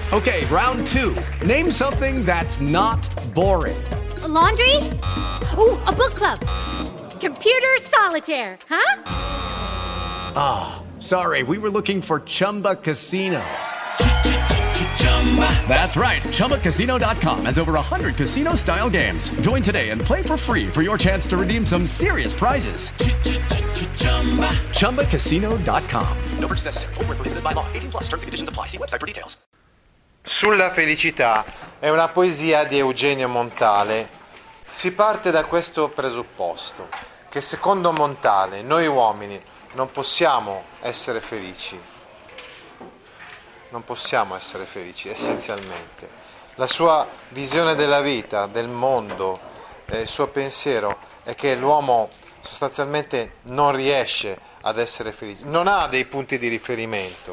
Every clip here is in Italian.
Okay, round two. Name something that's not boring. A laundry? Ooh, a book club. Computer solitaire, huh? Ah, sorry, we were looking for Chumba Casino. That's right, ChumbaCasino.com has over 100 casino-style games. Join today and play for free for your chance to redeem some serious prizes. ChumbaCasino.com. No purchase necessary. Void where prohibited by law. 18 plus. Terms and conditions apply. See website for details. Sulla felicità è una poesia di Eugenio Montale. Si parte da questo presupposto, che secondo Montale noi uomini non possiamo essere felici. Non possiamo essere felici, essenzialmente. La sua visione della vita, del mondo, il suo pensiero è che l'uomo sostanzialmente non riesce ad essere felice, non ha dei punti di riferimento,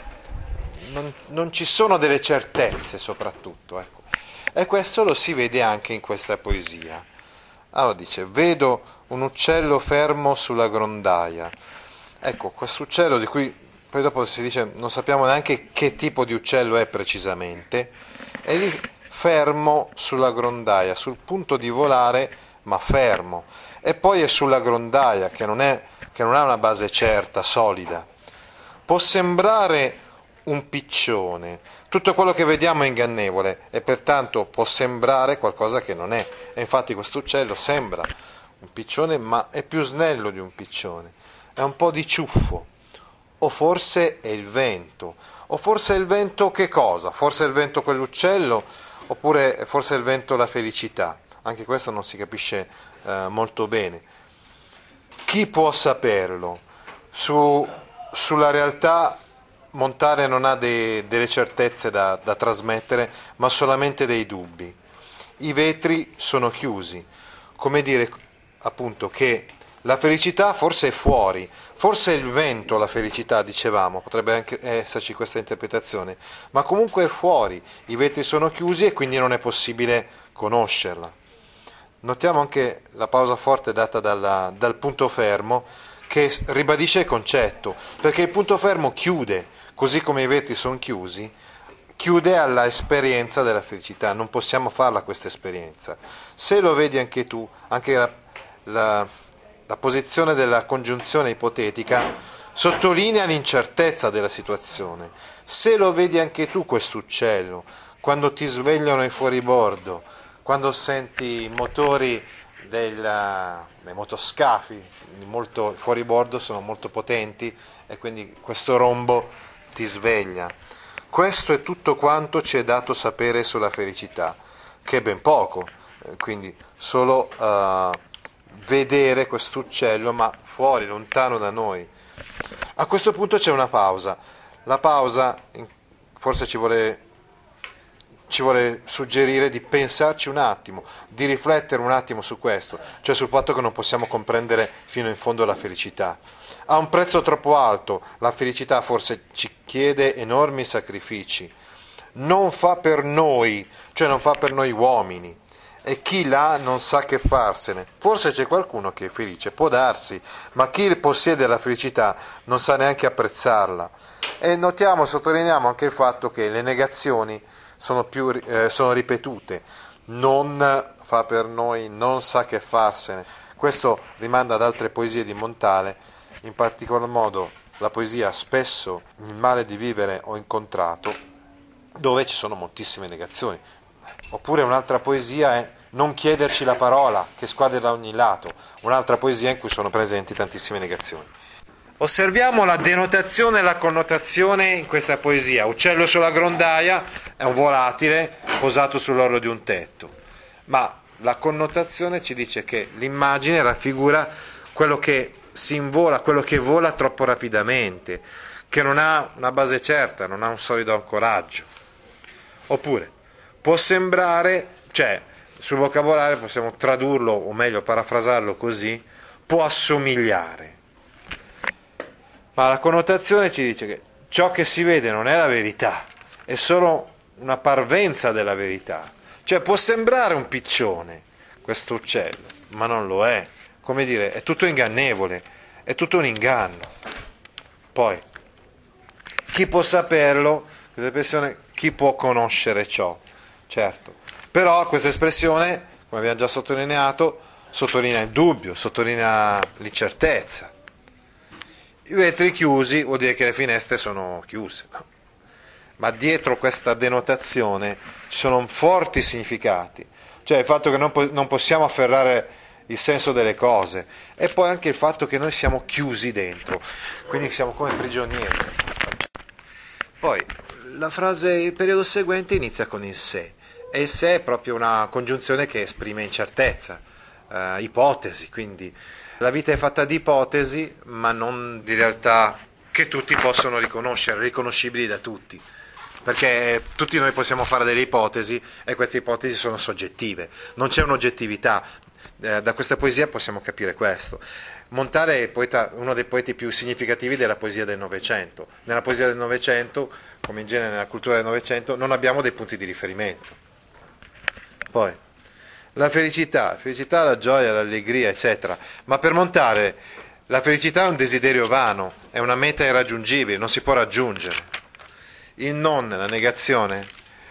non ci sono delle certezze soprattutto, ecco. E questo lo si vede anche in questa poesia. Allora dice: vedo un uccello fermo sulla grondaia. Ecco, questo uccello di cui poi dopo si dice non sappiamo neanche che tipo di uccello è precisamente, è lì fermo sulla grondaia, sul punto di volare ma fermo, e poi è sulla grondaia che non ha una base certa, solida. Può sembrare un piccione, tutto quello che vediamo è ingannevole e pertanto può sembrare qualcosa che non è, e infatti questo uccello sembra un piccione ma è più snello di un piccione, è un po' di ciuffo. O forse è il vento, o forse è il vento che cosa? Forse è il vento quell'uccello, oppure forse è il vento la felicità. Anche questo non si capisce molto bene. Chi può saperlo? Sulla realtà Montale non ha delle certezze da trasmettere, ma solamente dei dubbi. I vetri sono chiusi, come dire appunto che la felicità forse è fuori, forse è il vento la felicità, dicevamo, potrebbe anche esserci questa interpretazione, ma comunque è fuori, i vetri sono chiusi e quindi non è possibile conoscerla. Notiamo anche la pausa forte data dal punto fermo, che ribadisce il concetto, perché il punto fermo chiude, così come i vetri sono chiusi, chiude alla esperienza della felicità, non possiamo farla questa esperienza. Se lo vedi anche tu, anche la posizione della congiunzione ipotetica sottolinea l'incertezza della situazione. Se lo vedi anche tu questo uccello, quando ti svegliano i fuoribordo, quando senti i motori dei motoscafi, molto fuoribordo, sono molto potenti e quindi questo rombo ti sveglia. Questo è tutto quanto ci è dato sapere sulla felicità, che è ben poco, quindi solo vedere questo uccello ma fuori, lontano da noi. A questo punto c'è una pausa. La pausa forse ci vuole suggerire di pensarci un attimo, di riflettere un attimo su questo, cioè sul fatto che non possiamo comprendere fino in fondo la felicità. Ha un prezzo troppo alto, la felicità forse ci chiede enormi sacrifici, non fa per noi, cioè non fa per noi uomini. E chi l'ha non sa che farsene. Forse c'è qualcuno che è felice, può darsi, ma chi possiede la felicità non sa neanche apprezzarla. E sottolineiamo anche il fatto che le negazioni sono ripetute. Non fa per noi, non sa che farsene. Questo rimanda ad altre poesie di Montale, in particolar modo la poesia Spesso il male di vivere ho incontrato, dove ci sono moltissime negazioni. Oppure un'altra poesia è Non chiederci la parola, che squadra da ogni lato, un'altra poesia in cui sono presenti tantissime negazioni. Osserviamo la denotazione e la connotazione in questa poesia. Uccello sulla grondaia è un volatile posato sull'orlo di un tetto, ma la connotazione ci dice che l'immagine raffigura quello che si invola, quello che vola troppo rapidamente, che non ha una base certa, non ha un solido ancoraggio. Oppure può sembrare, cioè sul vocabolario possiamo tradurlo, o meglio parafrasarlo così, può assomigliare. Ma la connotazione ci dice che ciò che si vede non è la verità, è solo una parvenza della verità. Cioè può sembrare un piccione questo uccello, ma non lo è. Come dire, è tutto ingannevole, è tutto un inganno. Poi, chi può saperlo? Questa espressione, chi può conoscere ciò? Certo. Però questa espressione, come abbiamo già sottolineato, sottolinea il dubbio, sottolinea l'incertezza. I vetri chiusi vuol dire che le finestre sono chiuse. Ma dietro questa denotazione ci sono forti significati. Cioè il fatto che non possiamo afferrare il senso delle cose, e poi anche il fatto che noi siamo chiusi dentro, quindi siamo come prigionieri. Poi la frase, il periodo seguente inizia con il se, e il se è proprio una congiunzione che esprime incertezza, ipotesi, quindi la vita è fatta di ipotesi, ma non di realtà che tutti possono riconoscere, riconoscibili da tutti. Perché tutti noi possiamo fare delle ipotesi e queste ipotesi sono soggettive, non c'è un'oggettività. Da questa poesia possiamo capire questo. Montale è uno dei poeti più significativi della poesia del Novecento. Nella poesia del Novecento, come in genere nella cultura del Novecento, non abbiamo dei punti di riferimento. Poi, la felicità, la gioia, l'allegria, eccetera. Ma per Montale la felicità è un desiderio vano, è una meta irraggiungibile, non si può raggiungere. Il non, la negazione,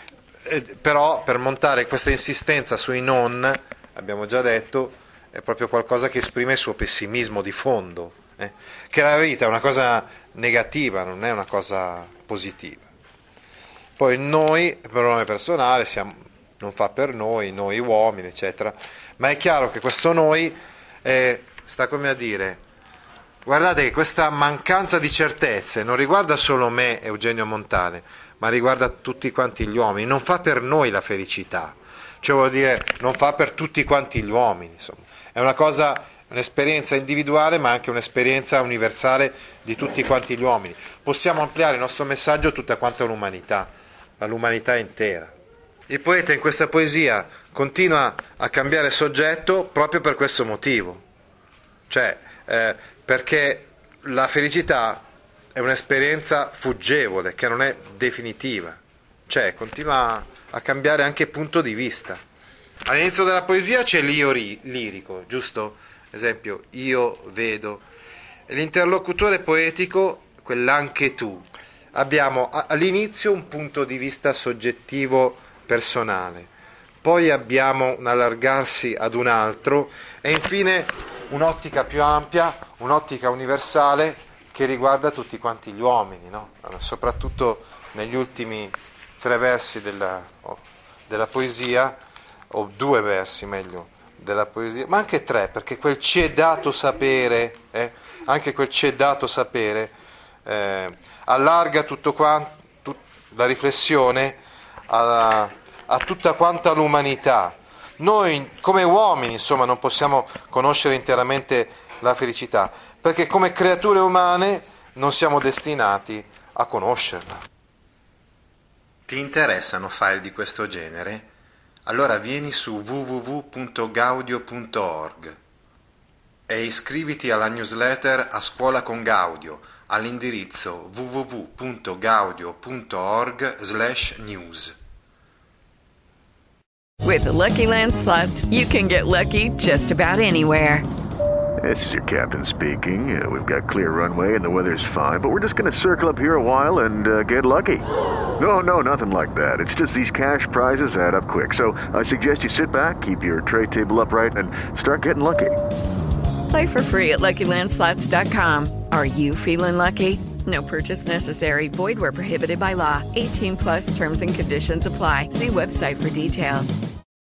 però per Montale questa insistenza sui non, abbiamo già detto, è proprio qualcosa che esprime il suo pessimismo di fondo, che la vita è una cosa negativa, non è una cosa positiva. Poi noi, pronome personale, non fa per noi uomini, eccetera, ma è chiaro che questo noi sta come a dire: guardate che questa mancanza di certezze non riguarda solo me, Eugenio Montale, ma riguarda tutti quanti gli uomini. Non fa per noi la felicità, cioè vuol dire non fa per tutti quanti gli uomini. Insomma, è una cosa, un'esperienza individuale, ma anche un'esperienza universale di tutti quanti gli uomini. Possiamo ampliare il nostro messaggio a tutta quanta l'umanità intera. Il poeta in questa poesia continua a cambiare soggetto proprio per questo motivo, cioè perché la felicità è un'esperienza fuggevole, che non è definitiva, cioè continua a cambiare anche punto di vista. All'inizio della poesia c'è l'io lirico, giusto? Esempio, io vedo. E l'interlocutore poetico, quell'anche tu. Abbiamo all'inizio un punto di vista soggettivo personale, poi abbiamo un allargarsi ad un altro e infine un'ottica più ampia, un'ottica universale che riguarda tutti quanti gli uomini, no? Soprattutto negli ultimi 3 versi della poesia, o 2 versi meglio della poesia, ma anche 3, perché quel ci è dato sapere, anche quel ci è dato sapere allarga tutto quanto, la riflessione a tutta quanta l'umanità. Noi come uomini, insomma, non possiamo conoscere interamente la felicità, perché come creature umane non siamo destinati a conoscerla. Ti interessano file di questo genere? Allora vieni su www.gaudio.org e iscriviti alla newsletter A Scuola con Gaudio all'indirizzo www.gaudio.org/news. With the Lucky Land Slots, you can get lucky just about anywhere. This is your captain speaking. We've got clear runway and the weather's fine, but we're just going to circle up here a while and get lucky. No, nothing like that. It's just these cash prizes add up quick. So I suggest you sit back, keep your tray table upright, and start getting lucky. Play for free at LuckyLandSlots.com. Are you feeling lucky? No purchase necessary. Void where prohibited by law. 18+ terms and conditions apply. See website for details.